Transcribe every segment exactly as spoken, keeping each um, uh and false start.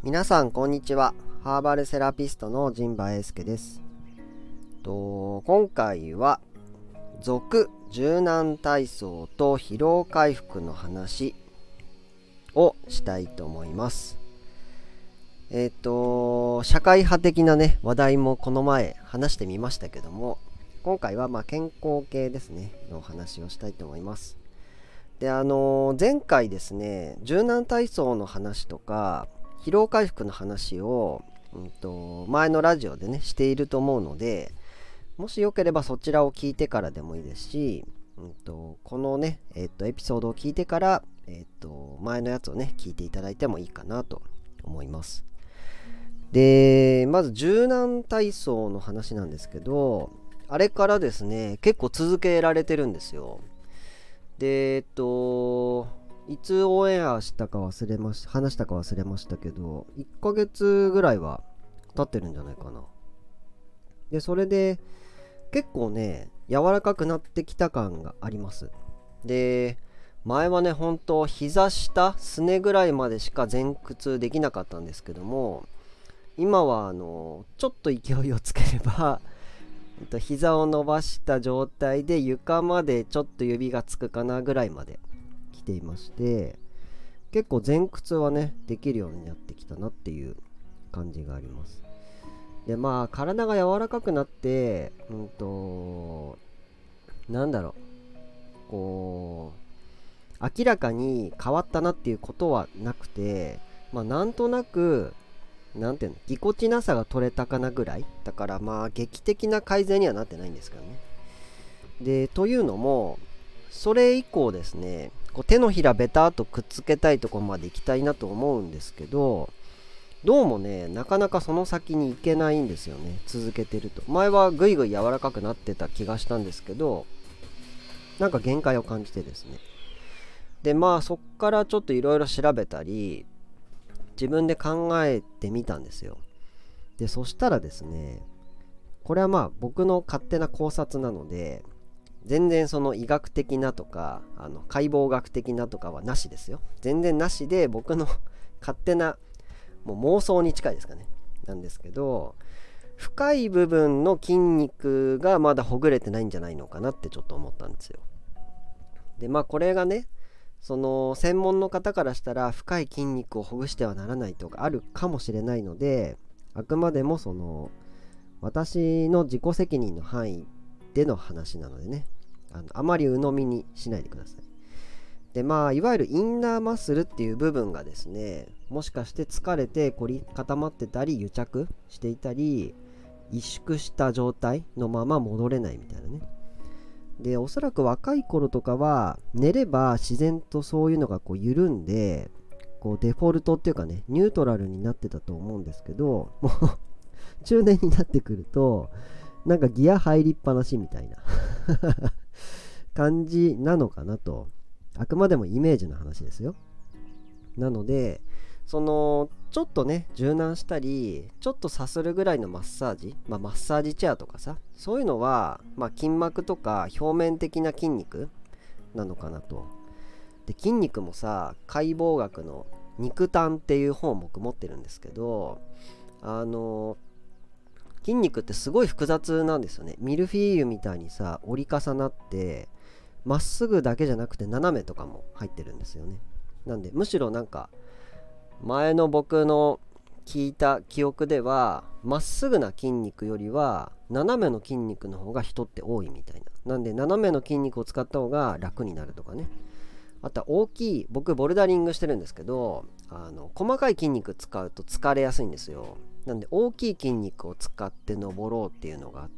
皆さんこんにちは。ハーバルセラピストの陣馬英介です。と今回は続柔軟体操と疲労回復の話をしたいと思います。えっ、と社会派的なね話題もこの前話してみましたけども、今回はまあ健康系ですねの話をしたいと思います。であの前回ですね、柔軟体操の話とか疲労回復の話を、うんと、前のラジオでねしていると思うので、もしよければそちらを聞いてからでもいいですし、うんと、このね、えっと、エピソードを聞いてから、えっと、前のやつをね聞いていただいてもいいかなと思います。でまず柔軟体操の話なんですけど、あれからですね結構続けられてるんですよ。でえっといつオンエアしたか忘れました話したか忘れましたけど、いっかげつぐらいは経ってるんじゃないかな。でそれで結構ね柔らかくなってきた感があります。で前はね本当膝下すねぐらいまでしか前屈できなかったんですけども、今はあのちょっと勢いをつければ膝を伸ばした状態で床までちょっと指がつくかなぐらいまで来ていまして、結構前屈はねできるようになってきたなっていう感じがあります。でまあ体が柔らかくなってうんとなんだろうこう明らかに変わったなっていうことはなくて、まあなんとなくなんていうのぎこちなさが取れたかなぐらいだから、まあ劇的な改善にはなってないんですけどね。でというのもそれ以降ですね、こう手のひらベターっとくっつけたいところまで行きたいなと思うんですけど、どうもねなかなかその先に行けないんですよね。続けてると前はぐいぐい柔らかくなってた気がしたんですけど、なんか限界を感じてですね。でまあそっからちょっといろいろ調べたり自分で考えてみたんですよ。でそしたらですね、これはまあ僕の勝手な考察なので、全然その医学的なとかあの解剖学的なとかはなしですよ。全然なしで僕の勝手なもう妄想に近いですかねなんですけど、深い部分の筋肉がまだほぐれてないんじゃないのかなってちょっと思ったんですよ。でまあこれがねその専門の方からしたら深い筋肉をほぐしてはならないとかあるかもしれないので、あくまでもその私の自己責任の範囲での話なのでね、あのあまり鵜呑みにしないでください。でまあいわゆるインナーマッスルっていう部分がですね、もしかして疲れて凝り固まってたり癒着していたり萎縮した状態のまま戻れないみたいなね。でおそらく若い頃とかは寝れば自然とそういうのがこう緩んで、こうデフォルトっていうかねニュートラルになってたと思うんですけど、もう中年になってくるとなんかギア入りっぱなしみたいな感じなのかなと。あくまでもイメージの話ですよ。なのでそのちょっとね柔軟したりちょっとさするぐらいのマッサージ、まあ、マッサージチェアとかさ、そういうのは、まあ、筋膜とか表面的な筋肉なのかなと。で筋肉もさ解剖学の肉体っていう本僕持ってるんですけど、あの筋肉ってすごい複雑なんですよね。ミルフィーユみたいにさ折り重なってまっすぐだけじゃなくて斜めとかも入ってるんですよね。なんでむしろなんか前の僕の聞いた記憶ではまっすぐな筋肉よりは斜めの筋肉の方が人って多いみたいな。なんで斜めの筋肉を使った方が楽になるとかね。あとは大きい、僕ボルダリングしてるんですけど、あの細かい筋肉使うと疲れやすいんですよ。なんで大きい筋肉を使って登ろうっていうのがあって、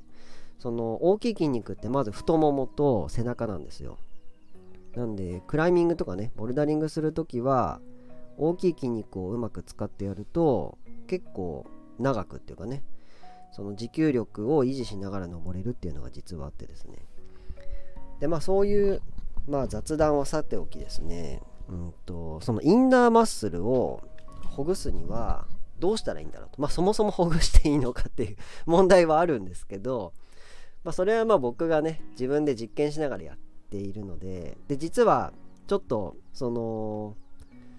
その大きい筋肉ってまず太ももと背中なんですよ。なんでクライミングとかねボルダリングするときは大きい筋肉をうまく使ってやると結構長くっていうかね、その持久力を維持しながら登れるっていうのが実はあってですね。でまあそういうまあ雑談はさておきですね、うんとそのインナーマッスルをほぐすにはどうしたらいいんだろうと。まあそもそもほぐしていいのかっていう問題はあるんですけど、まあそれはまあ僕がね自分で実験しながらやっているので、で実はちょっとその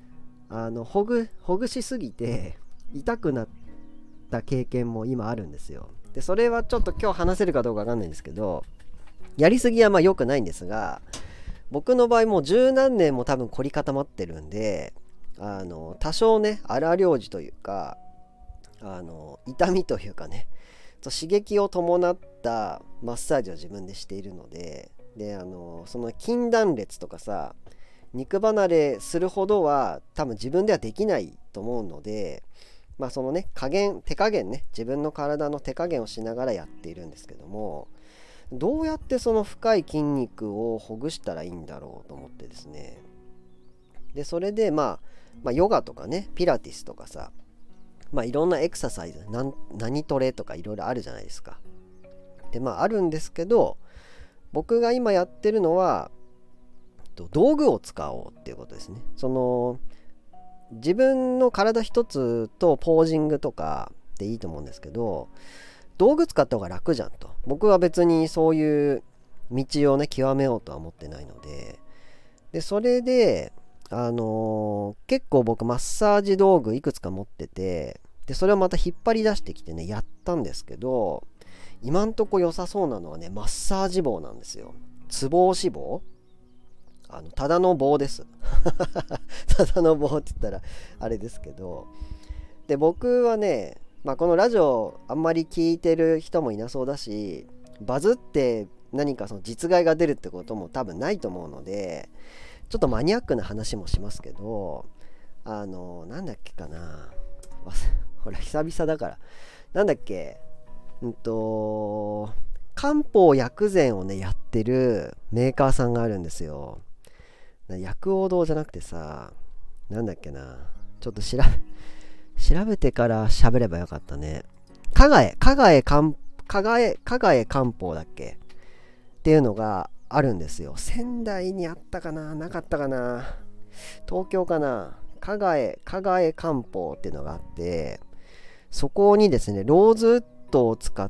あのほぐほぐしすぎて痛くなった経験も今あるんですよ。でそれはちょっと今日話せるかどうかわかんないんですけど、やりすぎはまあ良くないんですが、僕の場合もう十何年も多分凝り固まってるんで、あの多少ね荒療治というか、あの痛みというかね、刺激を伴ったマッサージを自分でしているので、であのその筋断裂とかさ、肉離れするほどは多分自分ではできないと思うので、まあそのね加減手加減ね、自分の体の手加減をしながらやっているんですけども、どうやってその深い筋肉をほぐしたらいいんだろうと思ってですね。でそれで、まあ、まあヨガとかね、ピラティスとかさ、まあいろんなエクササイズ、なん何トレとかいろいろあるじゃないですか。でまああるんですけど、僕が今やってるのは道具を使おうっていうことですね。その自分の体一つとポージングとかでいいと思うんですけど、道具使った方が楽じゃんと。僕は別にそういう道をね極めようとは思ってないので、でそれであのー結構僕マッサージ道具いくつか持ってて、でそれをまた引っ張り出してきてねやったんですけど、今んとこ良さそうなのはねマッサージ棒なんですよ。ツボ押し棒、あのただの棒ですただの棒って言ったらあれですけど、で僕はね、まあ、このラジオあんまり聞いてる人もいなそうだし、バズって何かその実害が出るってことも多分ないと思うので、ちょっとマニアックな話もしますけど、あのなんだっけかな、ほら久々だから、なんだっけ、うんと漢方薬膳をねやってるメーカーさんがあるんですよ。薬王堂じゃなくてさ、なんだっけな、ちょっと調べ調べてから喋ればよかったね。加賀江加賀江漢加賀江加賀江漢方だっけっていうのがあるんですよ。仙台にあったかな、なかったかな、東京かな。加賀江加賀江漢方っていうのがあって、そこにですねローズウッドを使った、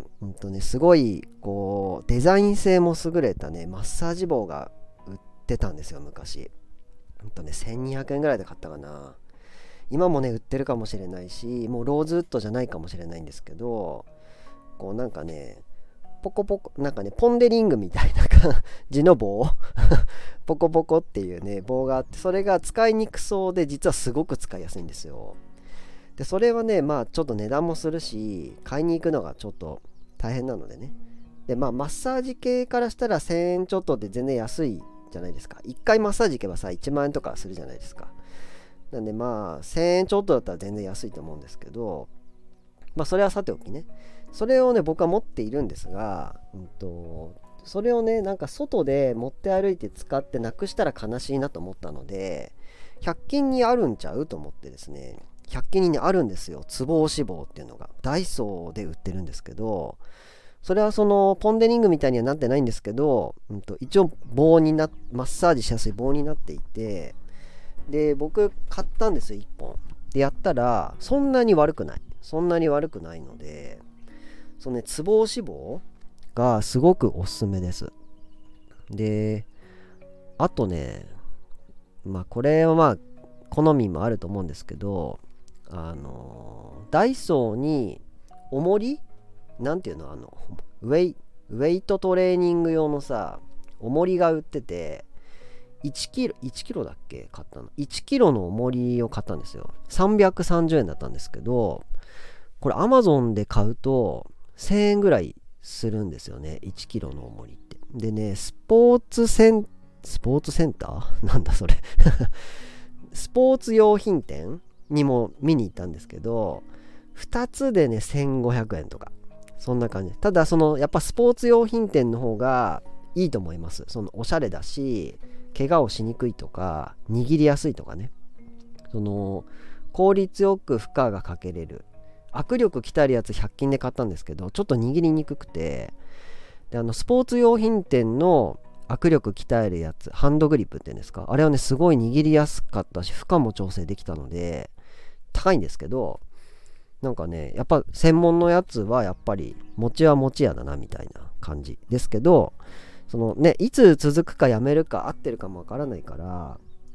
うんとね、すごいこうデザイン性も優れたねマッサージ棒が売ってたんですよ昔。うんとねせんにひゃくえんぐらいで買ったかな。今もね売ってるかもしれないし、もうローズウッドじゃないかもしれないんですけど、こうなんかねポコポコ、なんかねポンデリングみたいな感じの棒ポコポコっていうね棒があって、それが使いにくそうで実はすごく使いやすいんですよ。でそれはねまあちょっと値段もするし、買いに行くのがちょっと大変なのでね。でまあマッサージ系からしたらせんえんちょっとで全然安いじゃないですか。いっかいマッサージ行けばさいちまんえんとかするじゃないですか。なんでまあせんえんちょっとだったら全然安いと思うんですけど、まあそれはさておきね、それをね僕は持っているんですが、うんとそれをねなんか外で持って歩いて使ってなくしたら悲しいなと思ったので、ひゃく均にあるんちゃうと思ってですね、ひゃく均にあるんですよ、ツボ押し棒っていうのがダイソーで売ってるんですけど、それはそのポンデリングみたいにはなってないんですけど、うんと一応棒になマッサージしやすい棒になっていて、で僕買ったんですよいっぽんでやったらそんなに悪くないそんなに悪くないので、そのねツボ押し棒がすごくおすすめです。であとね、まあこれはまあ好みもあると思うんですけど、あのダイソーに重りなんていうの、あのウェイウェイトトレーニング用のさ重りが売ってて、いちキロいちキロだっけ買ったの、いちキロの重りを買ったんですよ。さんびゃくさんじゅうえんだったんですけど、これ Amazon で買うとせんえんぐらいするんですよね、いちキロの重りって。でねスポーツセンスポーツセンターなんだそれスポーツ用品店にも見に行ったんですけど、ふたつでねせんごひゃくえんとかそんな感じ。ただそのやっぱスポーツ用品店の方がいいと思います。そのおしゃれだし怪我をしにくいとか握りやすいとかね、その効率よく負荷がかけれる、握力鍛えるやつひゃく均で買ったんですけどちょっと握りにくくて、であのスポーツ用品店の握力鍛えるやつ、ハンドグリップっていうんですか、あれはねすごい握りやすかったし負荷も調整できたので高いんですけど、なんかねやっぱ専門のやつはやっぱり持ちは持ちやだなみたいな感じですけど、そのねいつ続くかやめるか合ってるかもわからないから、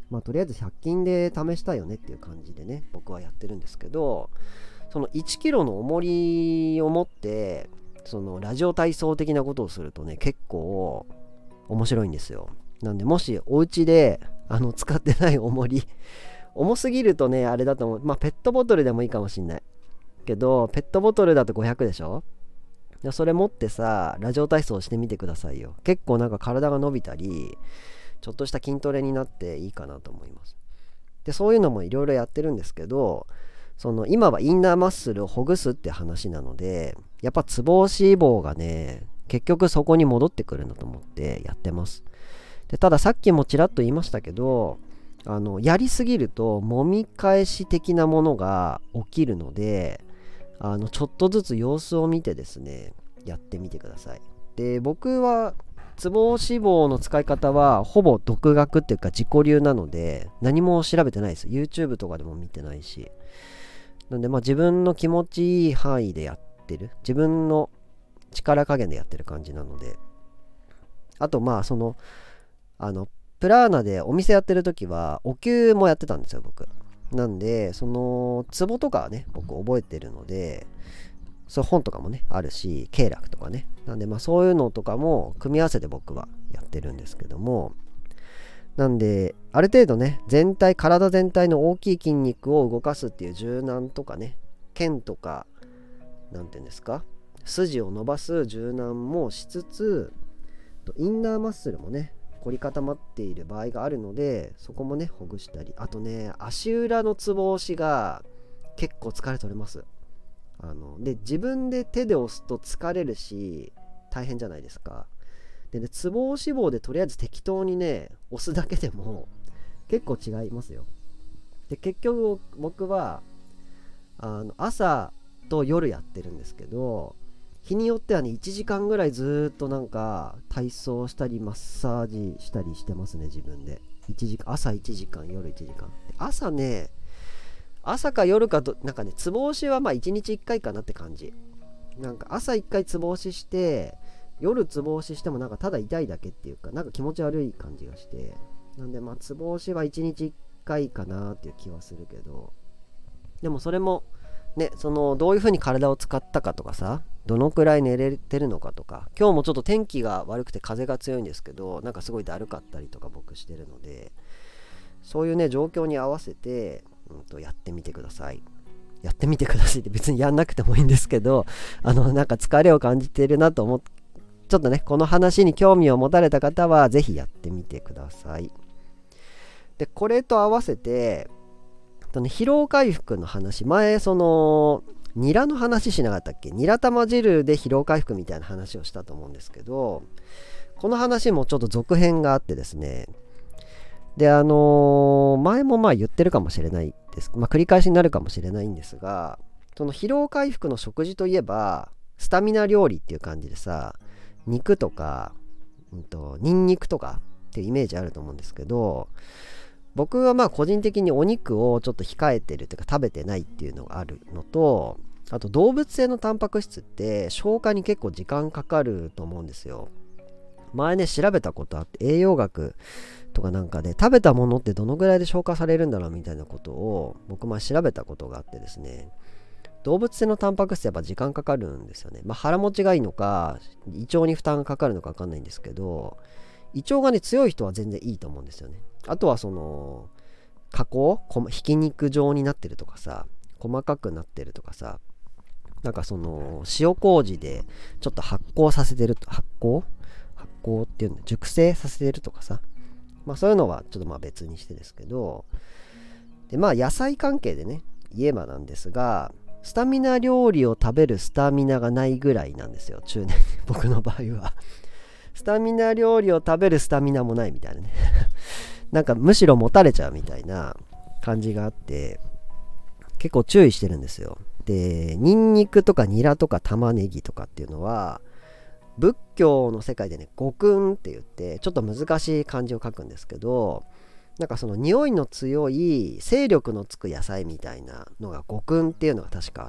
まあとりあえずひゃく均で試したいよねっていう感じでね僕はやってるんですけど、そのいちキロの重りを持ってそのラジオ体操的なことをするとね結構面白いんですよ。なんでもしお家であの使ってない重り重すぎるとねあれだと思う。まあペットボトルでもいいかもしんないけど、ペットボトルだとごひゃくでしょ。それ持ってさラジオ体操してみてくださいよ。結構なんか体が伸びたりちょっとした筋トレになっていいかなと思います。でそういうのもいろいろやってるんですけど、その今はインナーマッスルをほぐすって話なので、やっぱツボ押し脂肪がね結局そこに戻ってくるんだと思ってやってます。でたださっきもちらっと言いましたけど、あのやりすぎると揉み返し的なものが起きるので、あのちょっとずつ様子を見てですねやってみてください。で僕はツボ脂肪の使い方はほぼ独学っていうか自己流なので何も調べてないです。 YouTube とかでも見てないし、なんでまあ自分の気持ちいい範囲でやってる、自分の力加減でやってる感じなので、あとまあそのあのプラーナでお店やってる時はお灸もやってたんですよ僕。なんでそのツボとかはね僕覚えてるので、そう本とかもねあるし経絡とかね、なんでまあそういうのとかも組み合わせて僕はやってるんですけども、なんである程度ね全体体全体の大きい筋肉を動かすっていう柔軟とかね腱とかなんていうんですか筋を伸ばす柔軟もしつつ、インナーマッスルもね凝り固まっている場合があるのでそこもねほぐしたり、あとね足裏のツボ押しが結構疲れ取れます。あので自分で手で押すと疲れるし大変じゃないですか。でねツボ押し棒でとりあえず適当にね押すだけでも結構違いますよ。で結局僕はあの朝と夜やってるんですけど、日によってはねいちじかんぐらいずっとなんか体操したりマッサージしたりしてますね自分で。いちじかん、朝いちじかん夜いちじかん。朝ね朝か夜かとなんかねツボ押しはまあいちにちいっかいかなって感じ。なんか朝いっかいツボ押しして夜ツボ押ししてもなんかただ痛いだけっていうかなんか気持ち悪い感じがして、なんでまあツボ押しはいちにちいっかいかなっていう気はするけど、でもそれもねそのどういう風に体を使ったかとかさ、どのくらい寝れてるのかとか、今日もちょっと天気が悪くて風が強いんですけどなんかすごいだるかったりとか僕してるので、そういうね状況に合わせて、うん、とやってみてください。やってみてくださいって別にやんなくてもいいんですけど、あのなんか疲れを感じてるなと思ってちょっとねこの話に興味を持たれた方はぜひやってみてください。でこれと合わせてと、ね、疲労回復の話、前そのニラの話しなかったっけ、ニラ玉汁で疲労回復みたいな話をしたと思うんですけど、この話もちょっと続編があってですね、であのー、前もまあ言ってるかもしれないです、まあ、繰り返しになるかもしれないんですが、その疲労回復の食事といえばスタミナ料理っていう感じでさ、肉とか、うんと、ニンニクとかっていうイメージあると思うんですけど、僕はまあ個人的にお肉をちょっと控えてるというか食べてないっていうのがあるのと、あと動物性のタンパク質って消化に結構時間かかると思うんですよ。前ね調べたことあって、栄養学とかなんかで食べたものってどのぐらいで消化されるんだろうみたいなことを僕まあ調べたことがあってですね、動物性のタンパク質やっぱ時間かかるんですよね。まあ腹持ちがいいのか胃腸に負担がかかるのか分かんないんですけど、胃腸がね強い人は全然いいと思うんですよね。あとはその加工ひき肉状になってるとかさ、細かくなってるとかさ、なんかその塩麹でちょっと発酵させてると、発酵発酵っていうの熟成させてるとかさ、まあそういうのはちょっとまあ別にしてですけど、でまあ野菜関係でね言えばなんですが、スタミナ料理を食べるスタミナがないぐらいなんですよ中年僕の場合はスタミナ料理を食べるスタミナもないみたいなねなんかむしろ持たれちゃうみたいな感じがあって、結構注意してるんですよ。でニンニクとかニラとか玉ねぎとかっていうのは仏教の世界でね五訓って言ってちょっと難しい漢字を書くんですけど、なんかその匂いの強い勢力のつく野菜みたいなのが五訓っていうのが確かあって、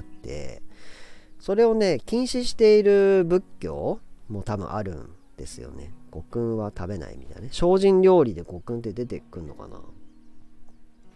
それをね禁止している仏教も多分あるんですよね。五訓は食べないみたいなね。精進料理で五訓って出てくるのかな。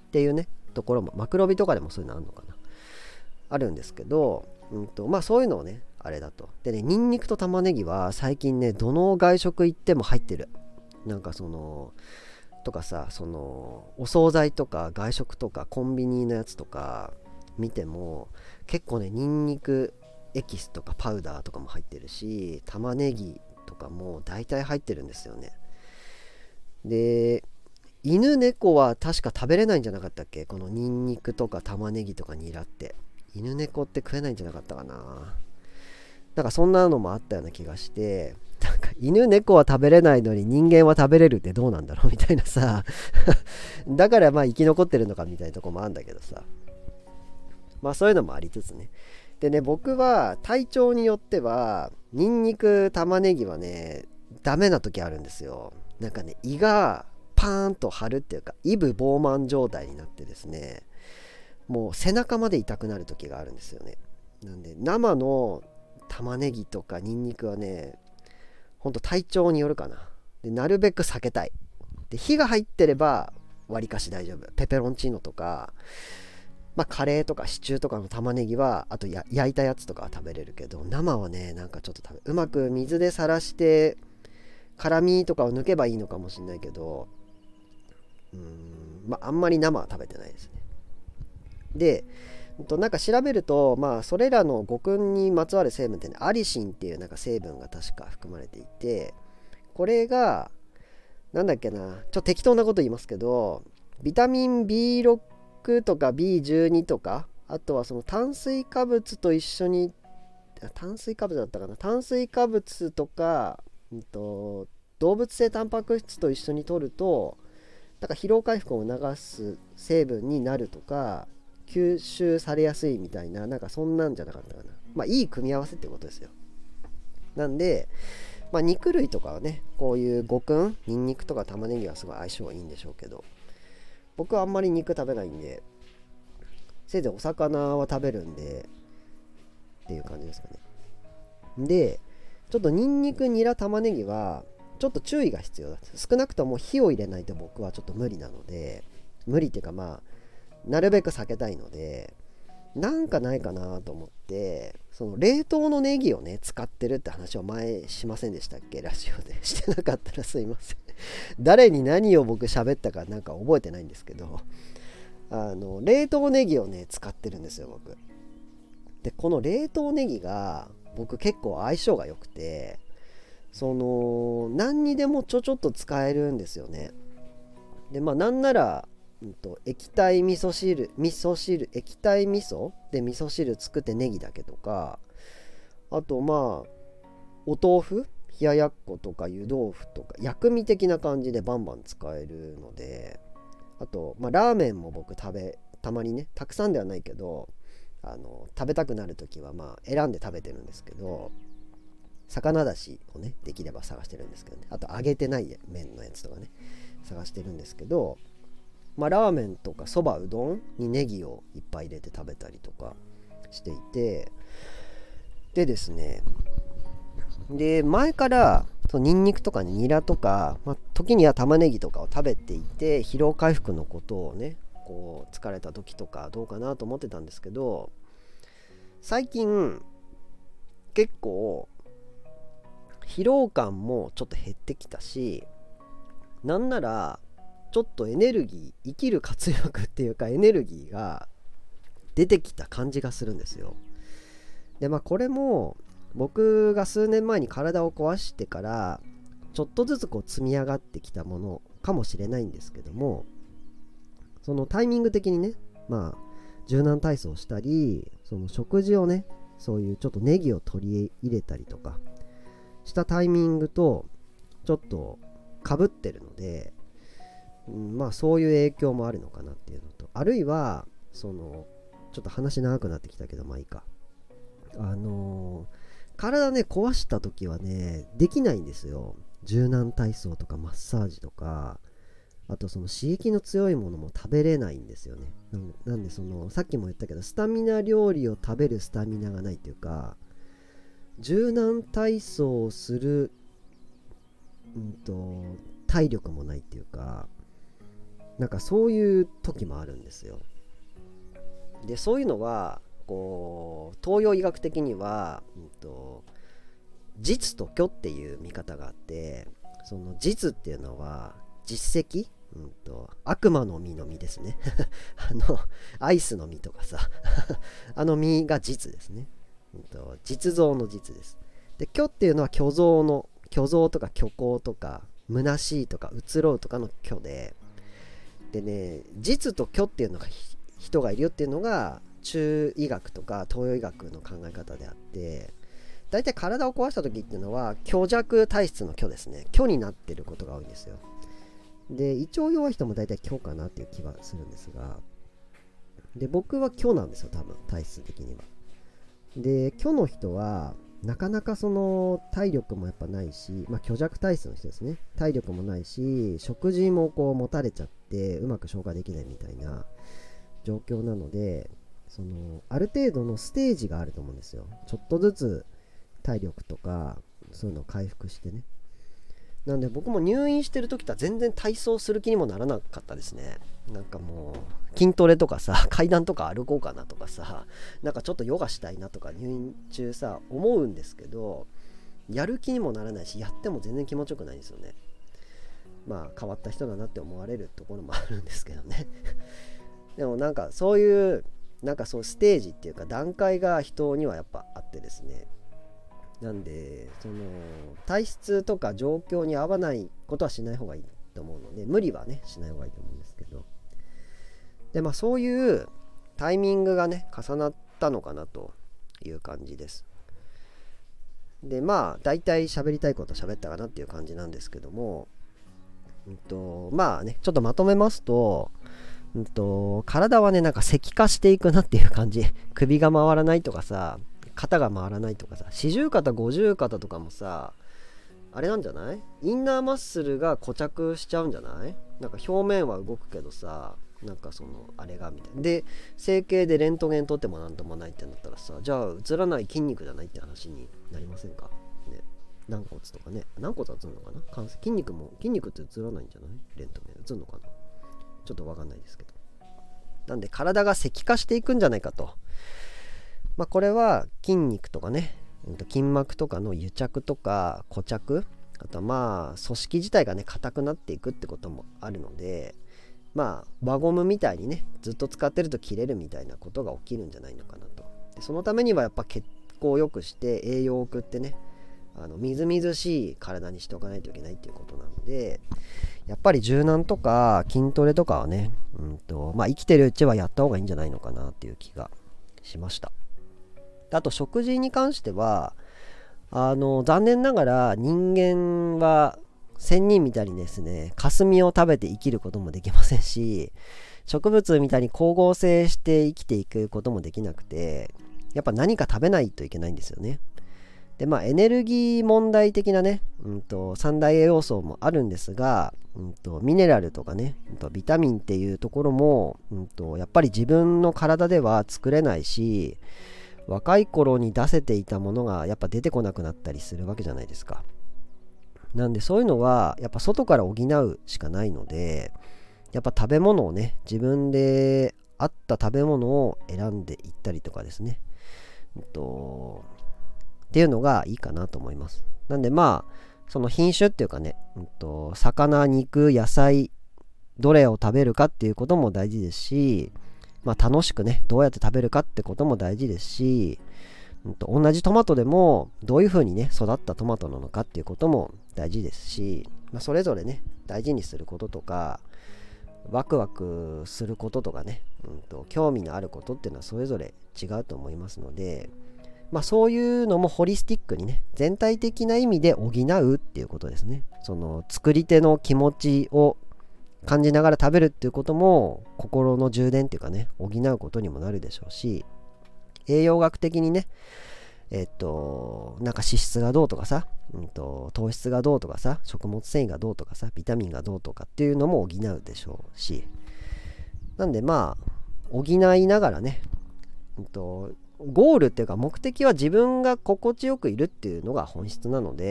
っていうねところもマクロビとかでもそういうのあるのかな、あるんですけど、うんとまあそういうのをねあれだと。でね、ニンニクと玉ねぎは最近ねどの外食行っても入ってる。なんかそのとかさ、そのお惣菜とか外食とかコンビニのやつとか見ても結構ねニンニクエキスとかパウダーとかも入ってるし、玉ねぎとかも大体入ってるんですよね。で犬猫は確か食べれないんじゃなかったっけ、このニンニクとか玉ねぎとかニラって。犬猫って食えないんじゃなかったかな。なんかそんなのもあったような気がして、なんか犬猫は食べれないのに人間は食べれるってどうなんだろうみたいなさだからまあ生き残ってるのかみたいなとこもあるんだけどさ、まあそういうのもありつつね。でね、僕は体調によってはニンニク玉ねぎはねダメな時あるんですよ。なんかね胃がパーンと張るっていうか、イブボーマン状態になってですね、もう背中まで痛くなる時があるんですよね。なんで生の玉ねぎとかニンニクはねほんと体調によるかな。でなるべく避けたい。で火が入ってればわりかし大丈夫。ペペロンチーノとか、まあ、カレーとかシチューとかの玉ねぎはあとや焼いたやつとかは食べれるけど、生はねなんかちょっと食べうまく水でさらして辛みとかを抜けばいいのかもしれないけど、うーんまああんまり生は食べてないですね。でなんか調べると、まあそれらの五燻にまつわる成分ってね、アリシンっていうなんか成分が確か含まれていて、これがなんだっけな、ちょっと適当なこと言いますけど、ビタミン ビーろく とか ビーじゅうに とか、あとはその炭水化物と一緒に、炭水化物だったかな、炭水化物とか、うんと、動物性タンパク質と一緒に摂ると、なんか疲労回復を促す成分になるとか、吸収されやすいみたいな、なんかそんなんじゃなかったかな。まあいい組み合わせってことですよ。なんで、まあ肉類とかはね、こういう五燻、ニンニクとか玉ねぎはすごい相性がいいんでしょうけど、僕はあんまり肉食べないんで、せいぜいお魚は食べるんで、っていう感じですかね。で、ちょっとニンニク、ニラ、玉ねぎは、ちょっと注意が必要だ。少なくとも火を入れないと僕はちょっと無理なので、無理っていうかまあ、なるべく避けたいので、なんかないかなと思って、その冷凍のネギをね使ってるって話を前しませんでしたっけ、ラジオで。してなかったらすいません誰に何を僕喋ったかなんか覚えてないんですけど、あの冷凍ネギをね使ってるんですよ僕。でこの冷凍ネギが僕結構相性が良くて、その何にでもちょちょっと使えるんですよね。でまあなんならうんと、液体味噌汁味噌汁液体味噌で味噌汁作ってネギだけとか、あとまあお豆腐冷ややっことか湯豆腐とか薬味的な感じでバンバン使えるので、あとまあラーメンも僕食べたまにね、たくさんではないけどあの食べたくなるときはまあ選んで食べてるんですけど、魚だしをねできれば探してるんですけどね、あと揚げてない麺のやつとかね探してるんですけど、まあ、ラーメンとかそばうどんにネギをいっぱい入れて食べたりとかしていて、でですね、で前からニンニクとかニラとか、まあ、時には玉ねぎとかを食べていて、疲労回復のことをねこう疲れた時とかどうかなと思ってたんですけど、最近結構疲労感もちょっと減ってきたし、なんならちょっとエネルギー、生きる活力っていうかエネルギーが出てきた感じがするんですよ。でまあこれも僕が数年前に体を壊してからちょっとずつこう積み上がってきたものかもしれないんですけども、そのタイミング的にね、まあ柔軟体操したり、その食事をね、そういうちょっとネギを取り入れたりとかしたタイミングとちょっとかぶってるので、うん、まあそういう影響もあるのかなっていうのと、あるいはそのちょっと話長くなってきたけどまあいいか、あのー、体ね壊した時はねできないんですよ。柔軟体操とかマッサージとか、あとその刺激の強いものも食べれないんですよね。なんでそのさっきも言ったけどスタミナ料理を食べるスタミナがないっていうか、柔軟体操をする、うんと体力もないっていうか、 なんかそういう時もあるんですよ。でそういうのはこう東洋医学的には、うんと、実と虚っていう見方があって、その実っていうのは実績、うんと、悪魔の実の実ですねあのアイスの実とかさあの実が実ですね、うんと、実像の実です。で虚っていうのは虚像の虚像とか虚構とか虚しいとか移ろうとかの虚で、でね、実と虚っていうのが人がいるよっていうのが中医学とか東洋医学の考え方であって、だいたい体を壊した時っていうのは虚弱体質の虚ですね。虚になってることが多いんですよ。で胃腸弱い人もだいたい虚かなっていう気はするんですが、で僕は虚なんですよ、多分体質的には。で虚の人はなかなかその体力もやっぱないし、まあ虚弱体質の人ですね、体力もないし食事もこう持たれちゃってうまく消化できないみたいな状況なので、そのある程度のステージがあると思うんですよ。ちょっとずつ体力とかそういうのを回復してね。なんで僕も入院してる時とは全然体操する気にもならなかったですね。なんかもう筋トレとかさ、階段とか歩こうかなとかさ、なんかちょっとヨガしたいなとか入院中さ思うんですけど、やる気にもならないし、やっても全然気持ちよくないんですよね。まあ変わった人だなって思われるところもあるんですけどねでもなんかそういうなんかそうステージっていうか段階が人にはやっぱあってですね、なんでその体質とか状況に合わないことはしない方がいいと思うので、無理はねしない方がいいと思うんですけど、でまあそういうタイミングがね重なったのかなという感じです。でまあ大体喋りたいこと喋ったかなっていう感じなんですけども、うんとまあねちょっとまとめますと、うんと体はねなんか石化していくなっていう感じ。首が回らないとかさ、肩が回らないとかさ、四十肩五十肩とかもさ、あれなんじゃない？インナーマッスルが固着しちゃうんじゃない？なんか表面は動くけどさ、なんかそのあれがみたいな。で整形でレントゲン取ってもなんともないってなったらさ、じゃあ映らない筋肉じゃないって話になりませんかね。軟骨とかね、軟骨は映るのかな、関節筋肉も、筋肉って映らないんじゃない？レントゲン映るのかな、ちょっとわかんないですけど。なんで体が石化していくんじゃないかと。まあこれは筋肉とかね、筋膜とかの癒着とか固着、あとはまあ組織自体がね硬くなっていくってこともあるので、まあ輪ゴムみたいにねずっと使ってると切れるみたいなことが起きるんじゃないのかなと。でそのためにはやっぱ血行を良くして栄養を送ってね、あのみずみずしい体にしておかないといけないっていうことなので、やっぱり柔軟とか筋トレとかはね、うんとまあ、生きてるうちはやった方がいいんじゃないのかなっていう気がしました。あと食事に関してはあの残念ながら人間は仙人みたいにですね霞を食べて生きることもできませんし、植物みたいに光合成して生きていくこともできなくて、やっぱ何か食べないといけないんですよね。でまあエネルギー問題的なね、うんと三大栄養素もあるんですが、うんとミネラルとかね、うんとビタミンっていうところも、うんとやっぱり自分の体では作れないし、若い頃に出せていたものがやっぱ出てこなくなったりするわけじゃないですか。なんでそういうのはやっぱ外から補うしかないので、やっぱ食べ物をね自分で合った食べ物を選んでいったりとかですね、うんとっていうのがいいかなと思います。なんでまあその品種っていうかね、うんと魚、肉、野菜どれを食べるかっていうことも大事ですし、まあ楽しくねどうやって食べるかってことも大事ですし、うんと同じトマトでもどういう風にね育ったトマトなのかっていうことも大事ですし、まあ、それぞれね大事にすることとかワクワクすることとかね、うんと興味のあることっていうのはそれぞれ違うと思いますので、まあそういうのもホリスティックにね全体的な意味で補うっていうことですね。その作り手の気持ちを感じながら食べるっていうことも心の充電っていうかね補うことにもなるでしょうし、栄養学的にねえっとなんか脂質がどうとかさ、うんと糖質がどうとかさ、食物繊維がどうとかさ、ビタミンがどうとかっていうのも補うでしょうし、なんでまあ補いながらね、うんとゴールっていうか目的は自分が心地よくいるっていうのが本質なので、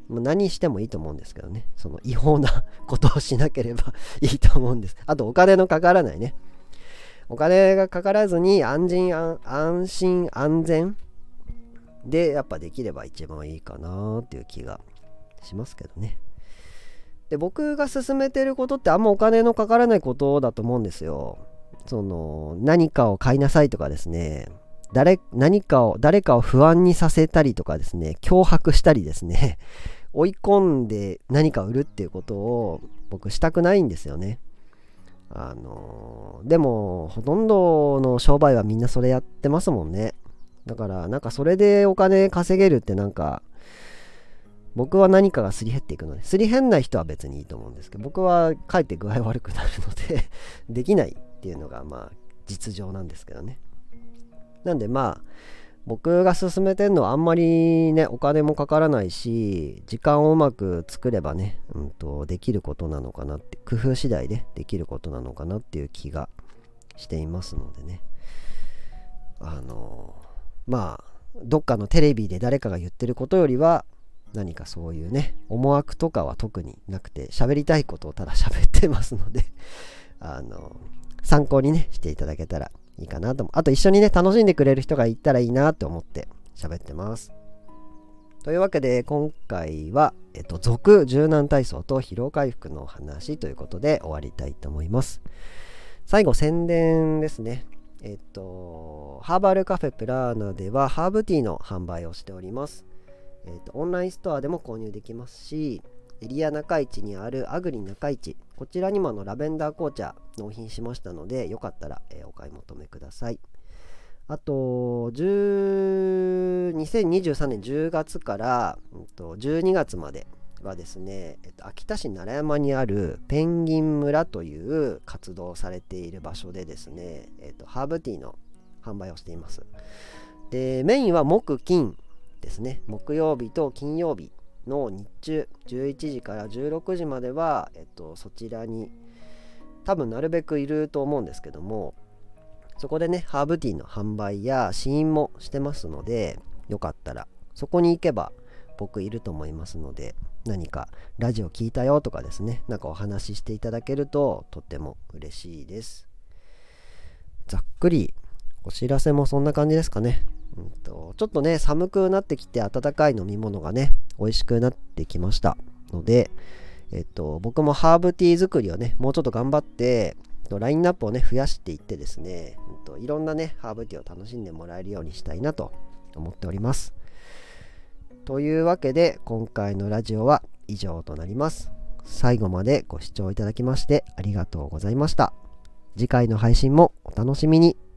もう何してもいいと思うんですけどね、その違法なことをしなければいいと思うんです。あとお金のかからないね、お金がかからずに安心安安心安全でやっぱできれば一番いいかなっていう気がしますけどね。で、僕が勧めてることってあんまお金のかからないことだと思うんですよ。その何かを買いなさいとかですね、誰何かを誰かを不安にさせたりとかですね、脅迫したりですね追い込んで何か売るっていうことを僕したくないんですよね。あのでもほとんどの商売はみんなそれやってますもんね。だからなんかそれでお金稼げるってなんか僕は何かがすり減っていくので、すり減んない人は別にいいと思うんですけど、僕はかえって具合悪くなるのでできないっていうのがまあ実情なんですけどね。なんでまあ僕が勧めてるのはあんまりねお金もかからないし、時間をうまく作ればね、うんとできることなのかなって、工夫次第でできることなのかなっていう気がしていますのでね。あのまあどっかのテレビで誰かが言ってることよりは何かそういうね思惑とかは特になくて、喋りたいことをただ喋ってますのであの参考にねしていただけたらいいかなと思う。あと一緒にね楽しんでくれる人がいたらいいなと思って喋ってます。というわけで今回は、えっと、続柔軟体操と疲労回復の話ということで終わりたいと思います。最後宣伝ですね。えっとハーバルカフェプラーナではハーブティーの販売をしております。えっとオンラインストアでも購入できますし、エリア中市にあるアグリ中市、こちらにもあのラベンダー紅茶納品しましたので、よかったら、えー、お買い求めください。あとにせんにじゅうさんねんじゅうがつから、うん、とじゅうにがつまではですね、えっと、秋田市奈良山にあるペンギン村という活動をされている場所でですね、えっと、ハーブティーの販売をしています。で、メインは木金ですね。木曜日と金曜日の日中じゅういちじからじゅうろくじまでは、えっと、そちらに多分なるべくいると思うんですけども、そこでねハーブティーの販売や試飲もしてますので、よかったらそこに行けば僕いると思いますので、何かラジオ聞いたよとかですね、なんかお話ししていただけるととっても嬉しいです。ざっくりお知らせもそんな感じですかね。うんとちょっとね寒くなってきて温かい飲み物がね美味しくなってきましたので、えっと僕もハーブティー作りをねもうちょっと頑張ってラインナップをね増やしていってですね、うんといろんなねハーブティーを楽しんでもらえるようにしたいなと思っております。というわけで今回のラジオは以上となります。最後までご視聴いただきましてありがとうございました。次回の配信もお楽しみに。